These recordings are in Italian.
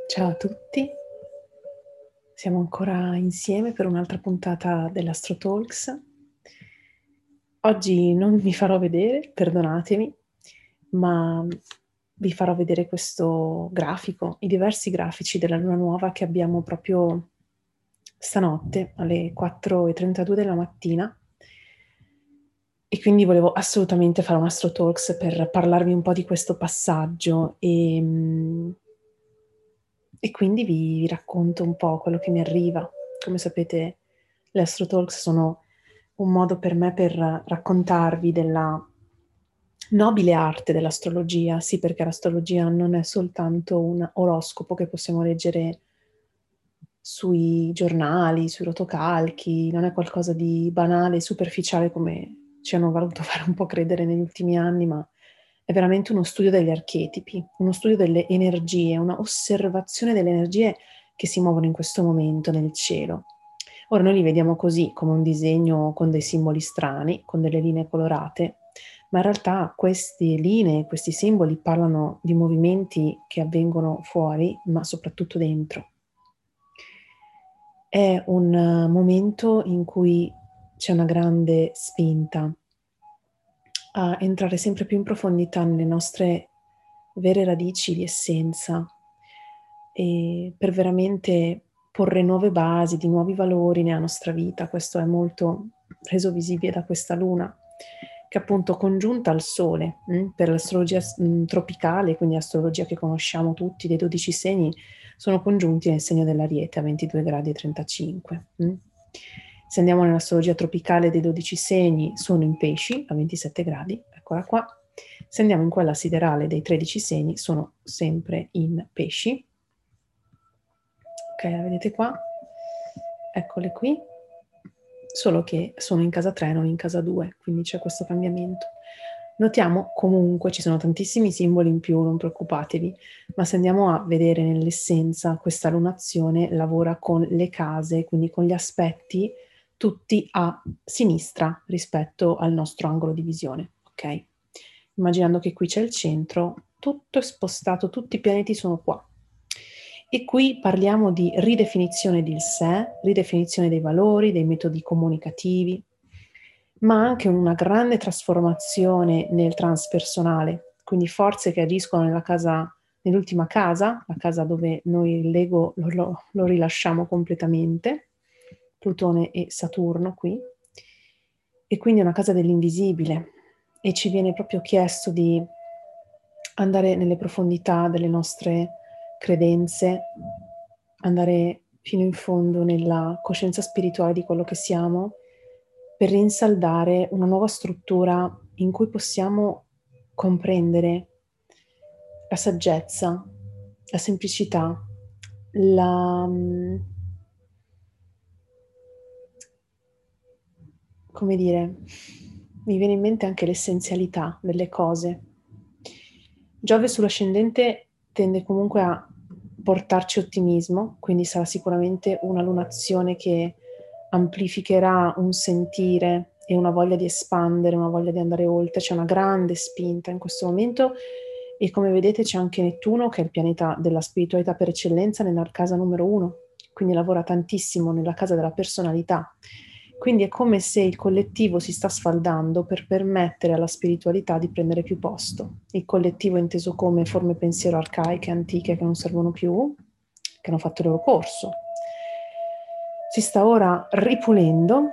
Ciao a tutti, siamo ancora insieme per un'altra puntata dell'Astro Talks. Oggi non vi farò vedere, perdonatemi, ma vi farò vedere questo grafico, i diversi grafici della luna nuova che abbiamo proprio stanotte alle 4:32 della mattina. E quindi volevo assolutamente fare un Astro Talks per parlarvi un po' di questo passaggio e quindi vi racconto un po' quello che mi arriva. Come sapete, le Astro Talks sono un modo per me per raccontarvi della nobile arte dell'astrologia, sì, perché l'astrologia non è soltanto un oroscopo che possiamo leggere sui giornali, sui rotocalchi, non è qualcosa di banale e superficiale come ci hanno voluto fare un po' credere negli ultimi anni, ma è veramente uno studio degli archetipi, uno studio delle energie, una osservazione delle energie che si muovono in questo momento nel cielo. Ora noi li vediamo così, come un disegno con dei simboli strani, con delle linee colorate, ma in realtà queste linee, questi simboli parlano di movimenti che avvengono fuori, ma soprattutto dentro. È un momento in cui c'è una grande spinta a entrare sempre più in profondità nelle nostre vere radici di essenza e per veramente porre nuove basi, di nuovi valori nella nostra vita. Questo è molto reso visibile da questa luna, che appunto congiunta al Sole, per l'astrologia tropicale, quindi astrologia che conosciamo tutti, dei 12 segni, sono congiunti nel segno dell'Ariete a 22 gradi e 35. Se andiamo nell'astrologia tropicale dei 12 segni, sono in Pesci a 27 gradi, eccola qua. Se andiamo in quella siderale dei 13 segni, sono sempre in Pesci. Ok, la vedete qua? Eccole qui. Solo che sono in casa 3, non in casa 2, quindi c'è questo cambiamento. Notiamo comunque, ci sono tantissimi simboli in più, non preoccupatevi, ma se andiamo a vedere nell'essenza, questa lunazione lavora con le case, quindi con gli aspetti tutti a sinistra rispetto al nostro angolo di visione, ok? Immaginando che qui c'è il centro, tutto è spostato, tutti i pianeti sono qua. E qui parliamo di ridefinizione del sé, ridefinizione dei valori, dei metodi comunicativi, ma anche una grande trasformazione nel transpersonale, quindi forze che agiscono nella casa, nell'ultima casa, la casa dove noi l'ego lo rilasciamo completamente, Plutone e Saturno qui, e quindi è una casa dell'invisibile e ci viene proprio chiesto di andare nelle profondità delle nostre credenze, andare fino in fondo nella coscienza spirituale di quello che siamo, per rinsaldare una nuova struttura in cui possiamo comprendere la saggezza, la semplicità, la, come dire, mi viene in mente anche l'essenzialità delle cose. Giove sull'ascendente tende comunque a portarci ottimismo, quindi sarà sicuramente una lunazione che amplificherà un sentire e una voglia di espandere, una voglia di andare oltre. C'è una grande spinta in questo momento e come vedete c'è anche Nettuno, che è il pianeta della spiritualità per eccellenza, nella casa numero 1, quindi lavora tantissimo nella casa della personalità. Quindi è come se il collettivo si sta sfaldando per permettere alla spiritualità di prendere più posto. Il collettivo è inteso come forme pensiero arcaiche, antiche, che non servono più, che hanno fatto il loro corso. Si sta ora ripulendo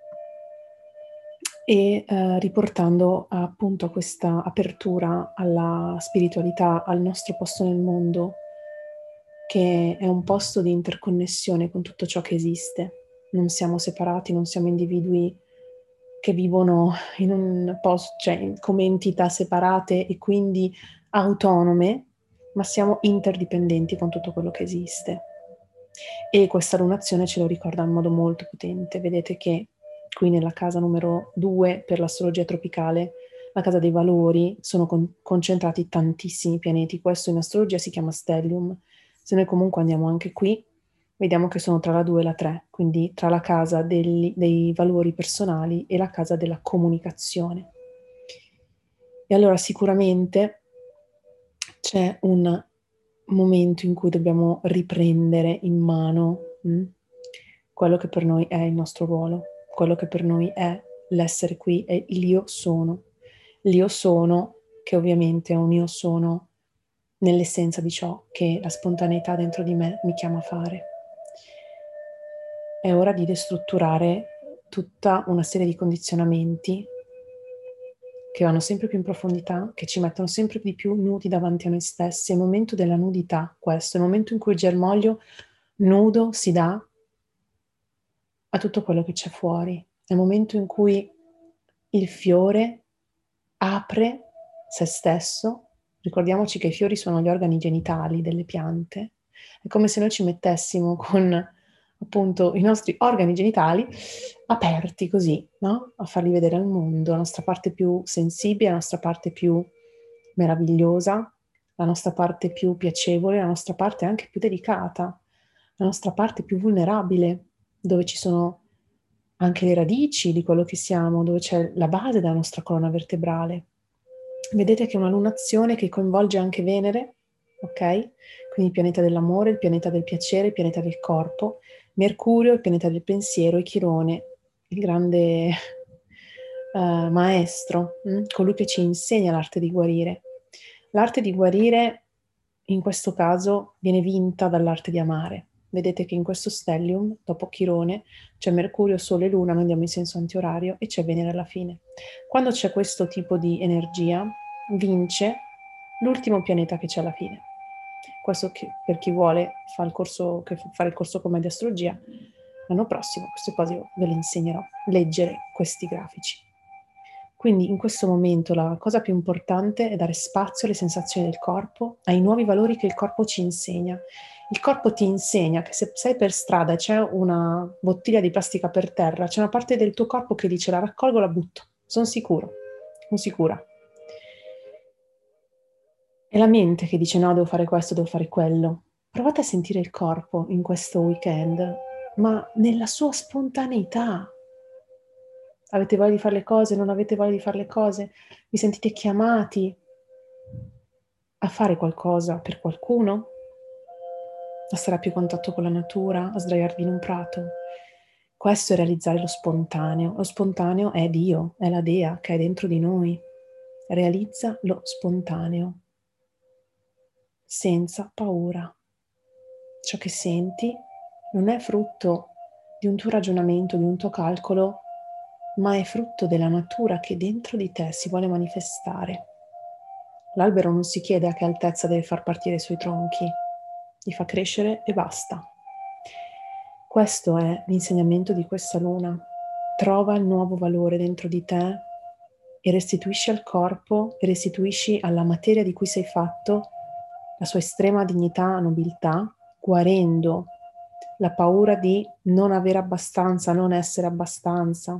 e riportando appunto a questa apertura alla spiritualità, al nostro posto nel mondo, che è un posto di interconnessione con tutto ciò che esiste. Non siamo separati, non siamo individui che vivono in un posto, cioè come entità separate e quindi autonome, ma siamo interdipendenti con tutto quello che esiste. E questa lunazione ce lo ricorda in modo molto potente. Vedete che qui nella casa numero 2 per l'astrologia tropicale, la casa dei valori, sono concentrati tantissimi pianeti. Questo in astrologia si chiama stellium. Se noi comunque andiamo anche qui, vediamo che sono tra la 2 e la 3, quindi tra la casa dei valori personali e la casa della comunicazione. E allora sicuramente c'è un momento in cui dobbiamo riprendere in mano quello che per noi è il nostro ruolo, quello che per noi è l'essere qui, è l'io sono. L'io sono, che ovviamente è un io sono nell'essenza di ciò che la spontaneità dentro di me mi chiama a fare. È ora di destrutturare tutta una serie di condizionamenti che vanno sempre più in profondità, che ci mettono sempre di più nudi davanti a noi stessi. È il momento della nudità, questo, è il momento in cui il germoglio nudo si dà a tutto quello che c'è fuori. È il momento in cui il fiore apre se stesso. Ricordiamoci che i fiori sono gli organi genitali delle piante. È come se noi ci mettessimo con appunto i nostri organi genitali aperti così, no? A farli vedere al mondo, la nostra parte più sensibile, la nostra parte più meravigliosa, la nostra parte più piacevole, la nostra parte anche più delicata, la nostra parte più vulnerabile, dove ci sono anche le radici di quello che siamo, dove c'è la base della nostra colonna vertebrale. Vedete che è una lunazione che coinvolge anche Venere, ok? Quindi il pianeta dell'amore, il pianeta del piacere, il pianeta del corpo, Mercurio, il pianeta del pensiero, e Chirone, il grande maestro, colui che ci insegna l'arte di guarire. L'arte di guarire, in questo caso, viene vinta dall'arte di amare. Vedete che in questo stellium, dopo Chirone, c'è Mercurio, Sole e Luna, noi andiamo in senso antiorario, e c'è Venere alla fine. Quando c'è questo tipo di energia, vince l'ultimo pianeta che c'è alla fine. Questo per chi vuole fare il corso con me di astrologia, l'anno prossimo queste cose io ve le insegnerò, leggere questi grafici. Quindi in questo momento la cosa più importante è dare spazio alle sensazioni del corpo, ai nuovi valori che il corpo ci insegna. Il corpo ti insegna che se sei per strada e c'è una bottiglia di plastica per terra, c'è una parte del tuo corpo che dice la raccolgo, la butto. Sono sicuro, sono sicura. È la mente che dice no, devo fare questo, devo fare quello. Provate a sentire il corpo in questo weekend, ma nella sua spontaneità. Avete voglia di fare le cose, non avete voglia di fare le cose? Vi sentite chiamati a fare qualcosa per qualcuno? A stare a più contatto con la natura, a sdraiarvi in un prato? Questo è realizzare lo spontaneo. Lo spontaneo è Dio, è la Dea che è dentro di noi. Realizza lo spontaneo, senza paura. Ciò che senti non è frutto di un tuo ragionamento, di un tuo calcolo, ma è frutto della natura che dentro di te si vuole manifestare. L'albero non si chiede a che altezza deve far partire i suoi tronchi, li fa crescere e basta. Questo è l'insegnamento di questa luna. Trova il nuovo valore dentro di te e restituisci al corpo e restituisci alla materia di cui sei fatto la sua estrema dignità, nobiltà, guarendo la paura di non avere abbastanza, non essere abbastanza,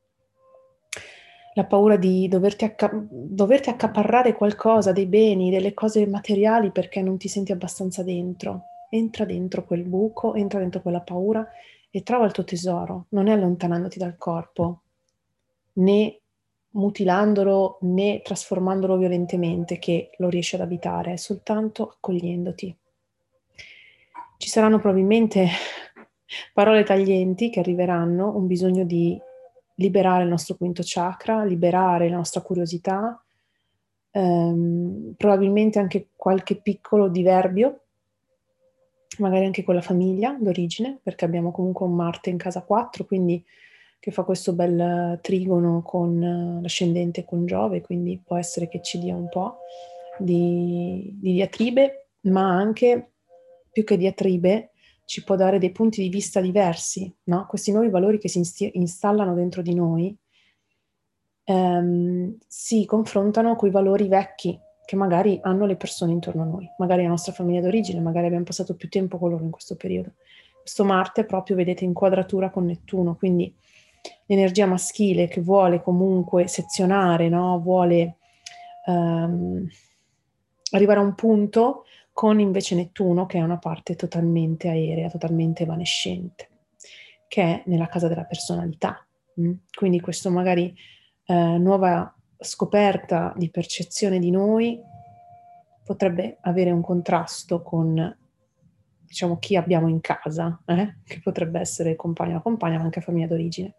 la paura di doverti accaparrare qualcosa, dei beni, delle cose materiali perché non ti senti abbastanza dentro. Entra dentro quel buco, entra dentro quella paura e trova il tuo tesoro. Non è allontanandoti dal corpo, né mutilandolo, né trasformandolo violentemente che lo riesci ad abitare, è soltanto accogliendoti. Ci saranno probabilmente parole taglienti che arriveranno, un bisogno di liberare il nostro quinto chakra, liberare la nostra curiosità, probabilmente anche qualche piccolo diverbio, magari anche con la famiglia d'origine, perché abbiamo comunque un Marte in casa 4, quindi che fa questo bel trigono con l'ascendente con Giove, quindi può essere che ci dia un po' di diatribe, ma anche più che diatribe ci può dare dei punti di vista diversi, no? Questi nuovi valori che si installano dentro di noi si confrontano con i valori vecchi che magari hanno le persone intorno a noi, magari la nostra famiglia d'origine, magari abbiamo passato più tempo con loro in questo periodo. Questo Marte è proprio, vedete, in quadratura con Nettuno, quindi l'energia maschile che vuole comunque sezionare, no? Vuole arrivare a un punto con invece Nettuno che è una parte totalmente aerea, totalmente evanescente, che è nella casa della personalità. Quindi questo magari nuova scoperta di percezione di noi potrebbe avere un contrasto con, diciamo, chi abbiamo in casa, che potrebbe essere compagno o compagna, ma anche famiglia d'origine.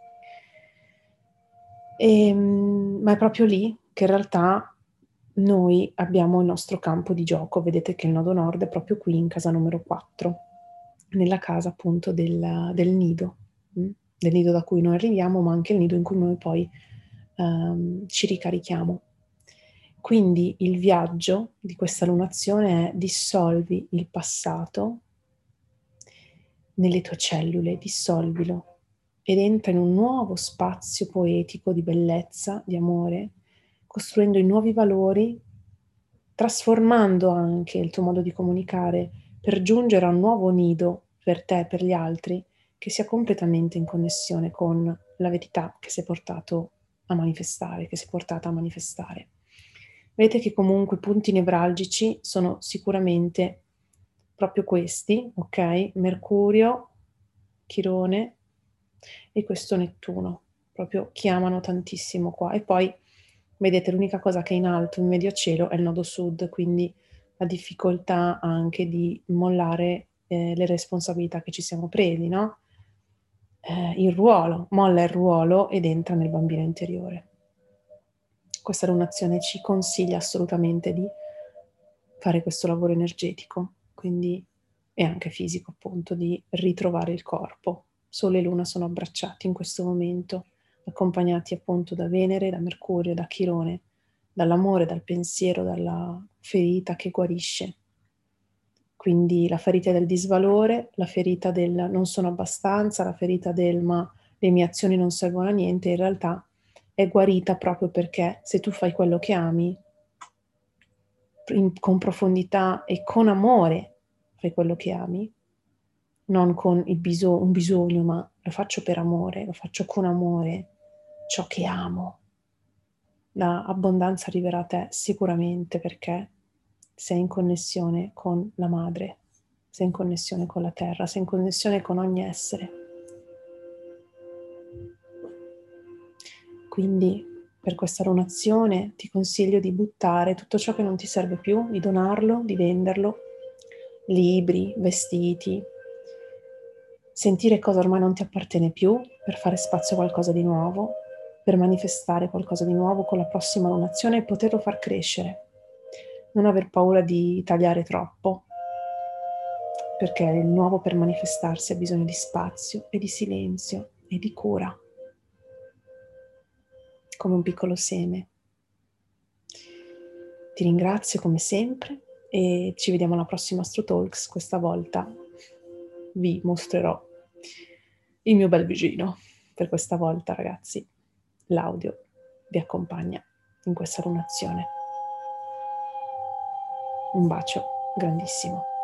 Ma è proprio lì che in realtà noi abbiamo il nostro campo di gioco. Vedete che il nodo nord è proprio qui in casa numero 4, nella casa appunto del nido, del nido da cui noi arriviamo, ma anche il nido in cui noi poi ci ricarichiamo. Quindi il viaggio di questa lunazione è: dissolvi il passato nelle tue cellule, dissolvilo ed entra in un nuovo spazio poetico di bellezza, di amore, costruendo i nuovi valori, trasformando anche il tuo modo di comunicare per giungere a un nuovo nido per te e per gli altri che sia completamente in connessione con la verità che sei portato a manifestare, che sei portata a manifestare. Vedete che comunque i punti nevralgici sono sicuramente proprio questi, ok? Mercurio, Chirone e questo Nettuno, proprio chiamano tantissimo qua. E poi vedete l'unica cosa che è in alto, in medio cielo, è il nodo sud, quindi la difficoltà anche di mollare le responsabilità che ci siamo presi, no? Il ruolo, molla il ruolo ed entra nel bambino interiore. Questa lunazione ci consiglia assolutamente di fare questo lavoro energetico, quindi e anche fisico appunto, di ritrovare il corpo. Sole e Luna sono abbracciati in questo momento, accompagnati appunto da Venere, da Mercurio, da Chirone, dall'amore, dal pensiero, dalla ferita che guarisce. Quindi la ferita del disvalore, la ferita del non sono abbastanza, la ferita del ma le mie azioni non servono a niente, in realtà è guarita proprio perché se tu fai quello che ami, con profondità e con amore fai quello che ami, non con un bisogno, ma lo faccio per amore, lo faccio con amore, ciò che amo. L'abbondanza arriverà a te sicuramente perché sei in connessione con la madre, sei in connessione con la terra, sei in connessione con ogni essere. Quindi per questa lunazione ti consiglio di buttare tutto ciò che non ti serve più, di donarlo, di venderlo, libri, vestiti, sentire cosa ormai non ti appartiene più per fare spazio a qualcosa di nuovo, per manifestare qualcosa di nuovo con la prossima lunazione e poterlo far crescere. Non aver paura di tagliare troppo, perché il nuovo per manifestarsi ha bisogno di spazio e di silenzio e di cura, come un piccolo seme. Ti ringrazio come sempre e ci vediamo alla prossima Astro Talks. Questa volta vi mostrerò il mio bel vicino. Per questa volta, ragazzi, l'audio vi accompagna in questa lunazione. Un bacio grandissimo.